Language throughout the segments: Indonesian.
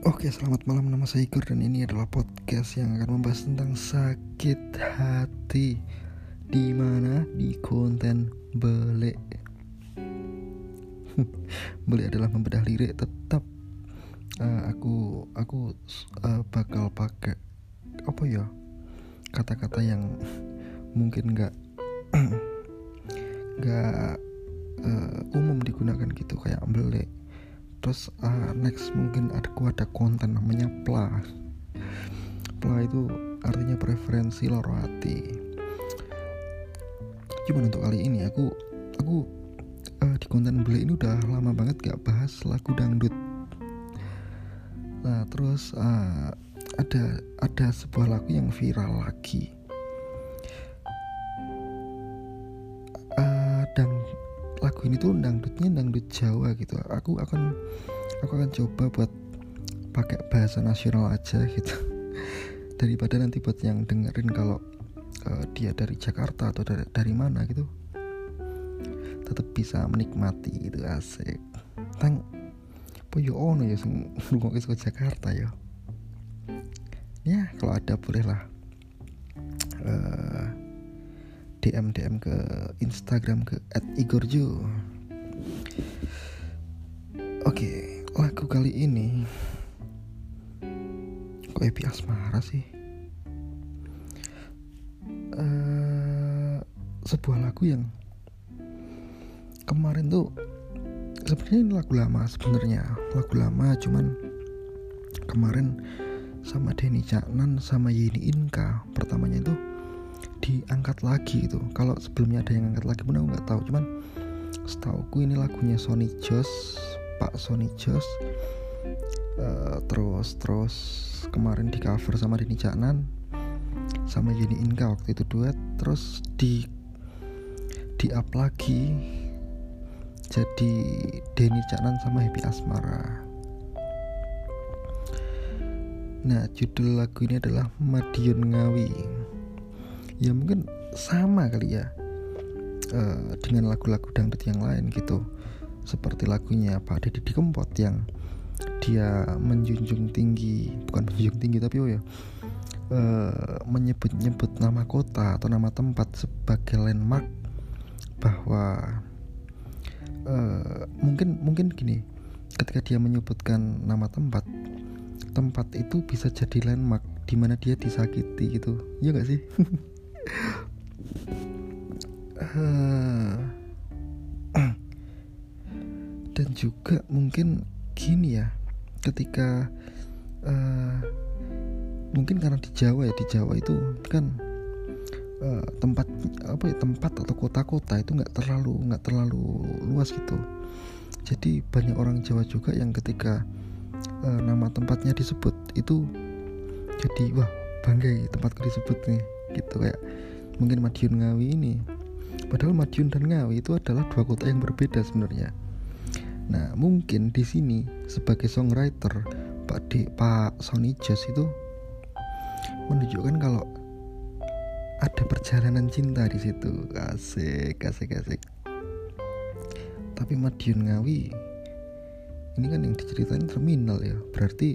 Oke, selamat malam, nama saya Igor dan ini adalah podcast yang akan membahas tentang sakit hati di mana di konten Bele. Bele adalah membedah lirik. Tetap aku bakal pakai kata-kata yang mungkin nggak umum digunakan gitu, kayak Bele. Terus next mungkin ada konten namanya pla itu artinya preferensi loro hati. Cuman untuk kali ini aku di konten Bele ini udah lama banget gak bahas lagu dangdut. Nah terus ada sebuah lagu yang viral lagi, dan lagu ini tuh dangdutnya dangdut Jawa gitu. Aku akan coba buat pakai bahasa nasional aja gitu daripada nanti buat yang dengerin kalau dia dari Jakarta atau dari mana gitu, tetap bisa menikmati gitu. Asik tang poyo ono ya sing lungoke saka Jakarta ya kalau ada bolehlah DM ke Instagram ke @igorjo. Oke, lagu kali ini kok Happy Asmara sih? Sebuah lagu yang kemarin tuh sebenarnya ini lagu lama, cuman kemarin sama Denny Caknan sama Yeni Inka pertamanya itu diangkat lagi itu. Kalau sebelumnya ada yang angkat lagi pun aku nggak tahu, cuman setauku ini lagunya Pak Sonny Jos. Terus kemarin di cover sama Denny Caknan sama Yeni Inka, waktu itu duet. Terus di up lagi jadi Denny Caknan sama Happy Asmara. Nah judul lagu ini adalah Madiun Ngawi. Ya mungkin sama kali ya dengan lagu-lagu dangdut yang lain gitu, seperti lagunya Pak Deddy Kempot yang dia menjunjung tinggi tapi menyebut nama kota atau nama tempat sebagai landmark, bahwa mungkin gini, ketika dia menyebutkan nama tempat itu bisa jadi landmark di mana dia disakiti gitu, ya gak sih? Dan juga mungkin gini ya, ketika mungkin karena di Jawa itu kan tempat atau kota-kota itu nggak terlalu luas gitu. Jadi banyak orang Jawa juga yang ketika nama tempatnya disebut itu jadi wah bangga ya, tempatku disebut nih gitu. Kayak mungkin Madiun Ngawi ini, padahal Madiun dan Ngawi itu adalah dua kota yang berbeda sebenarnya. Nah mungkin di sini sebagai songwriter Pak Sonny Jos itu menunjukkan kalau ada perjalanan cinta di situ. Asik. Tapi Madiun Ngawi ini kan yang diceritain terminal ya, berarti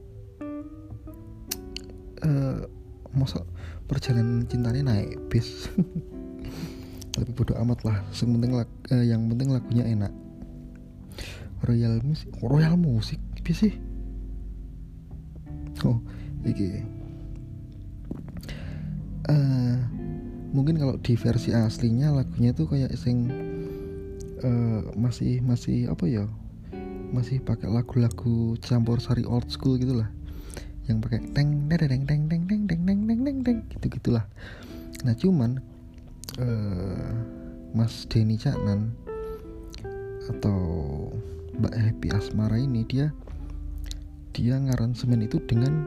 masa perjalanan cintanya naik bis. Tapi bodo amat lah, yang penting lagunya enak. Royal Musik apa sih? Oh iki mungkin kalau di versi aslinya lagunya tuh kayak sing masih apa ya, masih pakai lagu-lagu campur sari old school gitulah, yang pakai teng deng gitu-gitulah. Nah cuman Mas Denny Caknan atau Mbak Happy Asmara ini dia ngaransemen itu dengan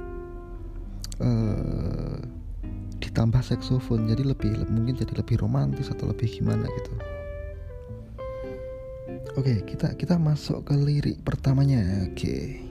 ditambah saksofon, jadi mungkin lebih romantis atau lebih gimana gitu. Oke, kita masuk ke lirik pertamanya. Oke.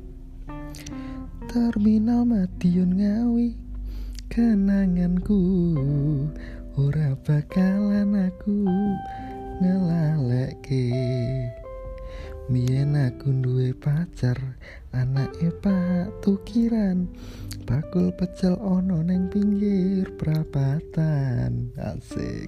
Terminal Madiun Ngawi, kenanganku ora bakalan aku ngelalekke. Biyen aku duwe pacar, anake Pak Tukiran, bakul pecel ono neng pinggir prapatan. Asik.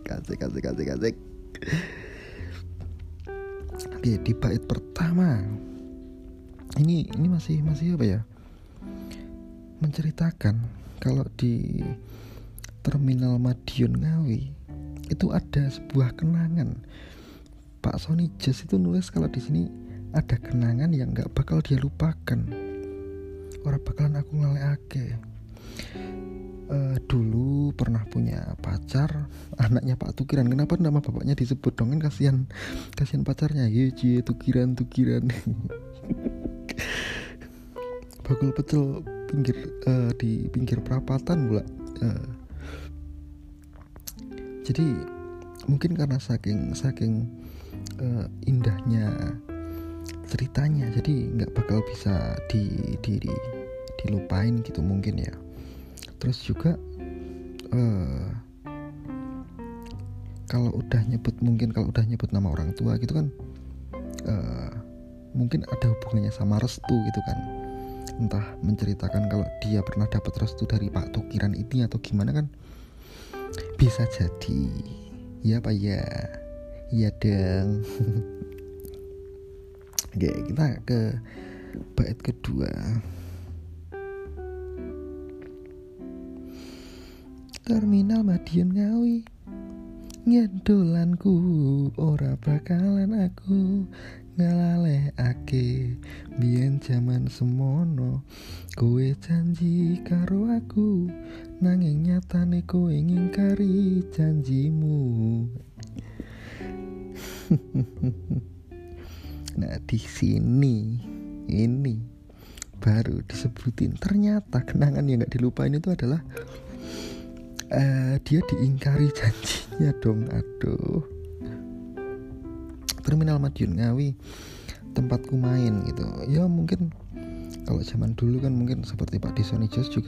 Oke, di bait pertama ini masih apa ya, menceritakan kalau di Terminal Madiun Ngawi itu ada sebuah kenangan. Pak Sony Jazz itu nulis kalau di sini ada kenangan yang nggak bakal dia lupakan, ora bakalan aku ngelekake. Dulu pernah punya pacar, anaknya Pak Tukiran. Kenapa nama bapaknya disebut dong, kan kasihan pacarnya. Ye Tukiran bakul pecel di pinggir perapatan pula. Jadi mungkin karena saking indahnya ceritanya, jadi nggak bakal bisa dilupain gitu mungkin ya. Terus juga kalau udah nyebut nama orang tua gitu kan, mungkin ada hubungannya sama restu gitu kan. Entah menceritakan kalau dia pernah dapat restu dari Pak Tukiran ini atau gimana kan, bisa jadi. Ya Pak ya, iya dong. Oke, kita ke bait kedua. Terminal Madiun Ngawi, ngedolanku ora bakalan aku ngalalekake. Biyen jaman semono kowe janji karo aku, nanging nyatane kowe ngingkari janjimu. Nah, di sini ini baru disebutin ternyata kenangan yang gak dilupain itu adalah dia diingkari janjinya dong. Aduh. Terminal Madiun Ngawi tempatku main gitu. Ya mungkin kalau zaman dulu kan mungkin seperti Pak Sony Jazz juga,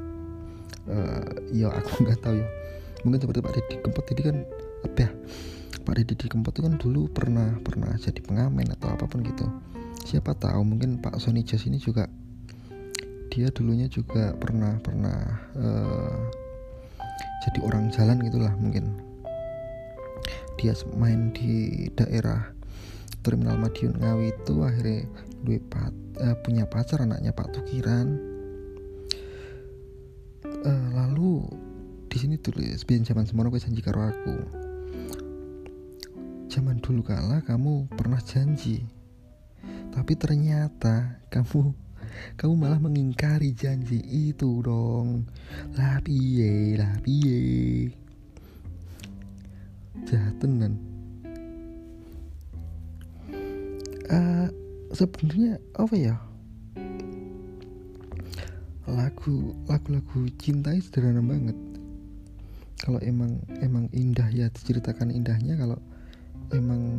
ya aku nggak tahu ya. Mungkin seperti Pak Deddy Kempot ini kan apa ya? Pak Deddy Kempot itu kan dulu pernah jadi pengamen atau apapun gitu. Siapa tahu mungkin Pak Sony Jazz ini juga dia dulunya juga pernah jadi orang jalan gitulah mungkin. Dia main di daerah Terminal Madiun Ngawi itu akhirnya punya pacar, anaknya Pak Tukiran. Lalu di sini tulis biyen jaman semono kowe janji karo aku. Zaman dulu kala kamu pernah janji, tapi ternyata kamu malah mengingkari janji itu dong. Lah piye jahat tenan. Sebenarnya apa ya, lagu-lagu cinta sederhana banget. Kalau emang indah ya diceritakan indahnya, kalau emang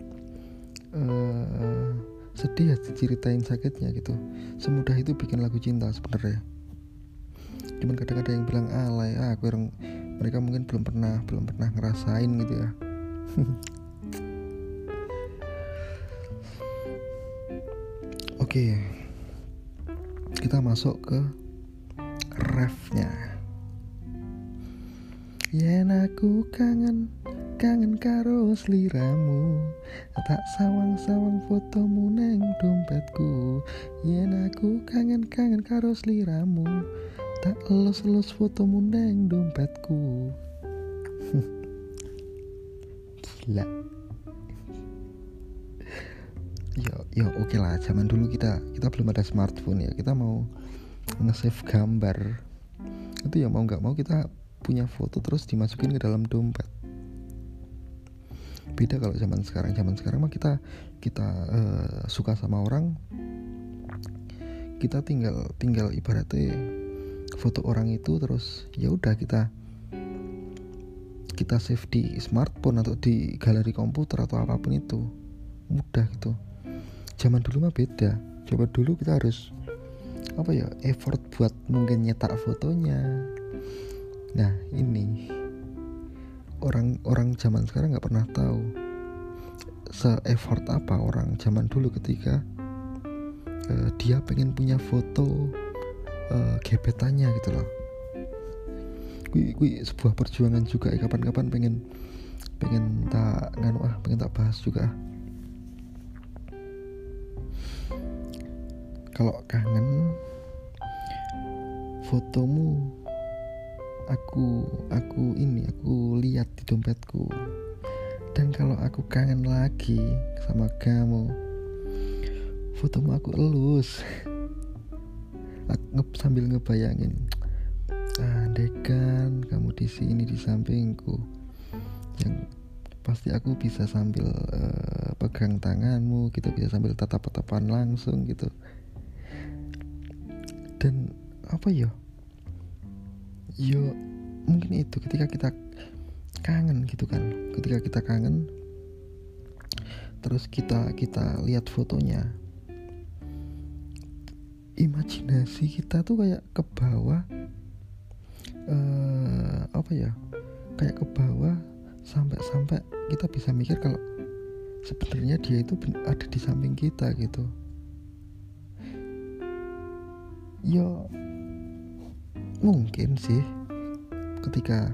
sedih ya diceritain sakitnya gitu. Semudah itu bikin lagu cinta sebenarnya. Cuman kadang ada yang bilang alay, mereka mungkin belum pernah ngerasain gitu ya. Oke, kita masuk ke refnya. Yen aku kangen karo sliramu, tak sawang-sawang fotomu neng dompetku. Yen aku kangen karo sliramu, tak elus-elus fotomu neng dompetku. Gila. Ya oke lah, zaman dulu kita belum ada smartphone ya. Kita mau nge-save gambar itu ya mau nggak mau kita punya foto terus dimasukin ke dalam dompet. Beda kalau zaman sekarang mah kita suka sama orang, kita tinggal ibaratnya foto orang itu terus ya udah kita save di smartphone atau di galeri komputer atau apapun itu, mudah gitu. Zaman dulu mah beda. Zaman dulu kita harus effort buat mungkin nyetak fotonya. Nah ini orang zaman sekarang nggak pernah tahu se-effort apa orang zaman dulu ketika dia pengen punya foto gebetannya gitu loh. Kui sebuah perjuangan juga ya, kapan-kapan pengen tak bahas juga. Kalau kangen fotomu aku lihat di dompetku. Dan kalau aku kangen lagi sama kamu, fotomu aku elus. Aku sambil ngebayangin, andaikan kamu di sini di sampingku, yang pasti aku bisa sambil pegang tanganmu, kita bisa sambil tatap-tatapan langsung gitu. Dan apa ya? Yo mungkin itu ketika kita kangen gitu kan, terus kita lihat fotonya, imajinasi kita tuh kayak ke bawah, kayak ke bawah sampai kita bisa mikir kalau sebenarnya dia itu ada di samping kita gitu. Yo mungkin sih ketika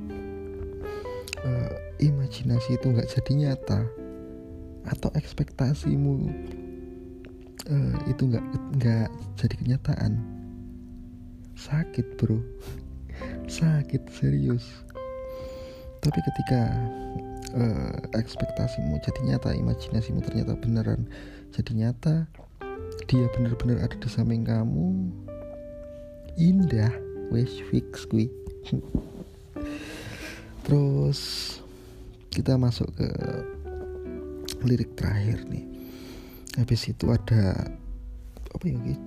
imajinasi itu nggak jadi nyata atau ekspektasimu itu nggak jadi kenyataan, sakit bro, sakit serius. Tapi ketika ekspektasimu jadi nyata, imajinasimu ternyata beneran jadi nyata, dia bener-bener ada di samping kamu, indah, wes fix gue. Terus kita masuk ke lirik terakhir nih. Habis itu ada apa ya guys?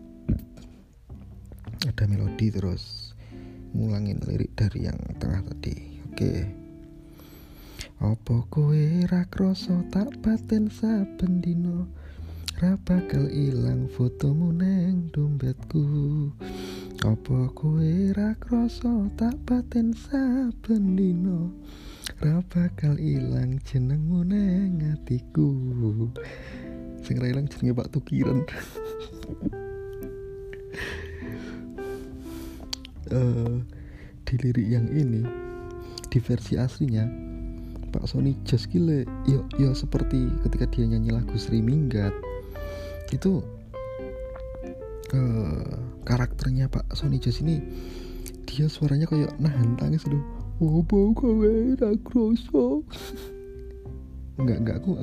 Ada melodi, terus ngulangin lirik dari yang tengah tadi. Oke. Apa kowe ra krasa tak paten saben dina, ra bakal ilang fotomu neng dompetku. Apa kowe ra krasa tak paten saben dina, ra bakal ilang jenengmu neng atiku. Sing ra ilang jenenge Pak Tukiran. Di lirik yang ini, di versi aslinya Pak Sony Jazz gile, yo seperti ketika dia nyanyi lagu Sri Minggat itu, karakternya Pak Sony Jazz ini, dia suaranya kayak nahan tangis tuh. Oh bau kowe ra kroso. Enggak aku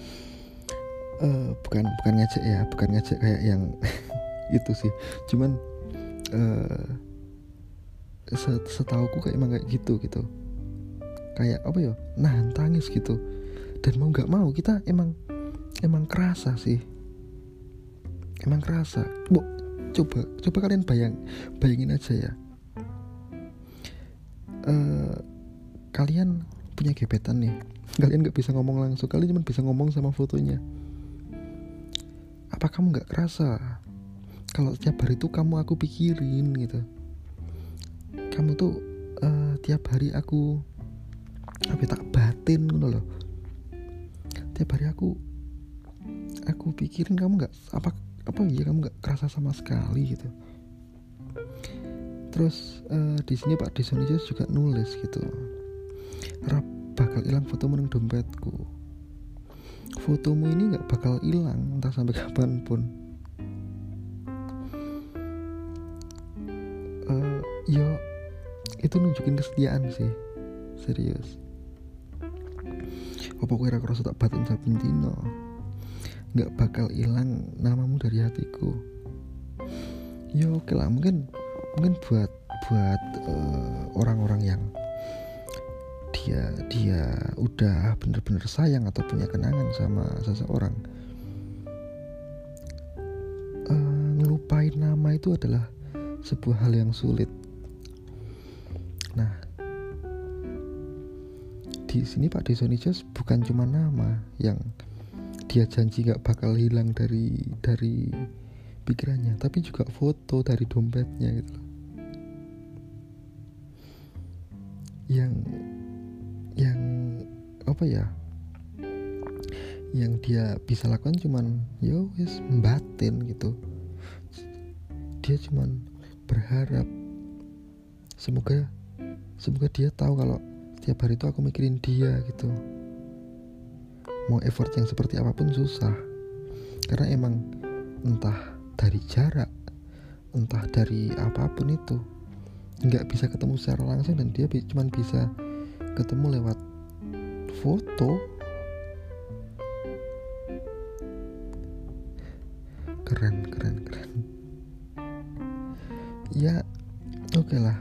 bukan ngajak kayak yang itu sih. Cuman setauku kayak emang kayak gitu. Kayak apa ya? Nahan tangis gitu. Dan mau enggak mau kita emang kerasa sih. Emang kerasa. Coba kalian bayangin aja ya. Kalian punya gebetan nih, kalian nggak bisa ngomong langsung, kalian cuma bisa ngomong sama fotonya. Apa kamu nggak kerasa kalau setiap hari itu aku pikirin gitu? Kamu tuh tiap hari aku tak batin gitu loh. Tiap hari aku pikirin kamu nggak kamu nggak kerasa sama sekali gitu. Terus di sini Pak Disonius juga nulis gitu, rap bakal hilang fotomu nang dompetku. Fotomu ini nggak bakal hilang entah sampai kapanpun. Yo itu nunjukin kesetiaan sih, serius. Apa kowe ra krasa tak batin saben dina, nggak bakal hilang namamu dari hatiku. Yo oke lah, mungkin buat orang-orang yang dia udah bener-bener sayang atau punya kenangan sama seseorang, ngelupain nama itu adalah sebuah hal yang sulit. Nah, di sini Pak Disonius bukan cuma nama yang dia janji gak bakal hilang dari pikirannya, tapi juga foto dari dompetnya gitu. Yang apa ya? yang dia bisa lakukan cuman yo wis membatin gitu. Dia cuman berharap semoga dia tahu kalau setiap hari itu aku mikirin dia gitu. Mau effort yang seperti apapun susah, karena emang entah dari jarak, entah dari apapun itu nggak bisa ketemu secara langsung, dan dia cuman bisa ketemu lewat foto. Keren ya. Oke lah.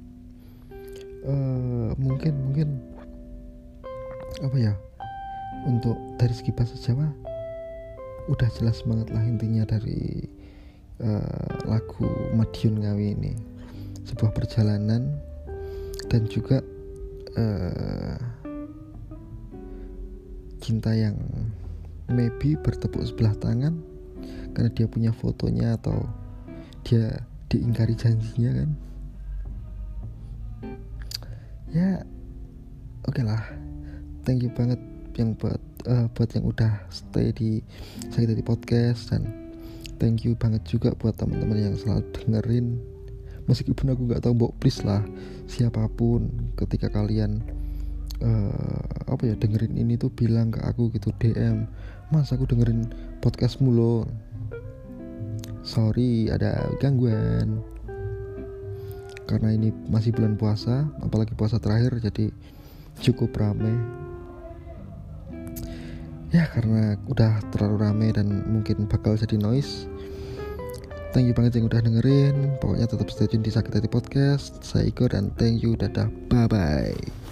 Mungkin apa ya, untuk dari segi bahasa Jawa udah jelas banget lah intinya dari lagu Madiun Ngawi ini. Sebuah perjalanan, dan juga cinta yang maybe bertepuk sebelah tangan karena dia punya fotonya, atau dia diingkari janjinya kan. Ya oke lah. Thank you banget yang buat yang udah stay di Sakit Hati Podcast, dan thank you banget juga buat teman-teman yang selalu dengerin. Meskipun aku gak tahu, mbok please lah siapapun ketika kalian dengerin ini tuh bilang ke aku gitu, DM, Mas aku dengerin podcastmu loh, sorry ada gangguan, karena ini masih bulan puasa, apalagi puasa terakhir, jadi cukup rame ya, karena udah terlalu rame dan mungkin bakal jadi noise. Thank you banget yang udah dengerin. Pokoknya tetap stay tune di Sakit Hati Podcast. Saya Iko dan thank you, dadah, bye bye.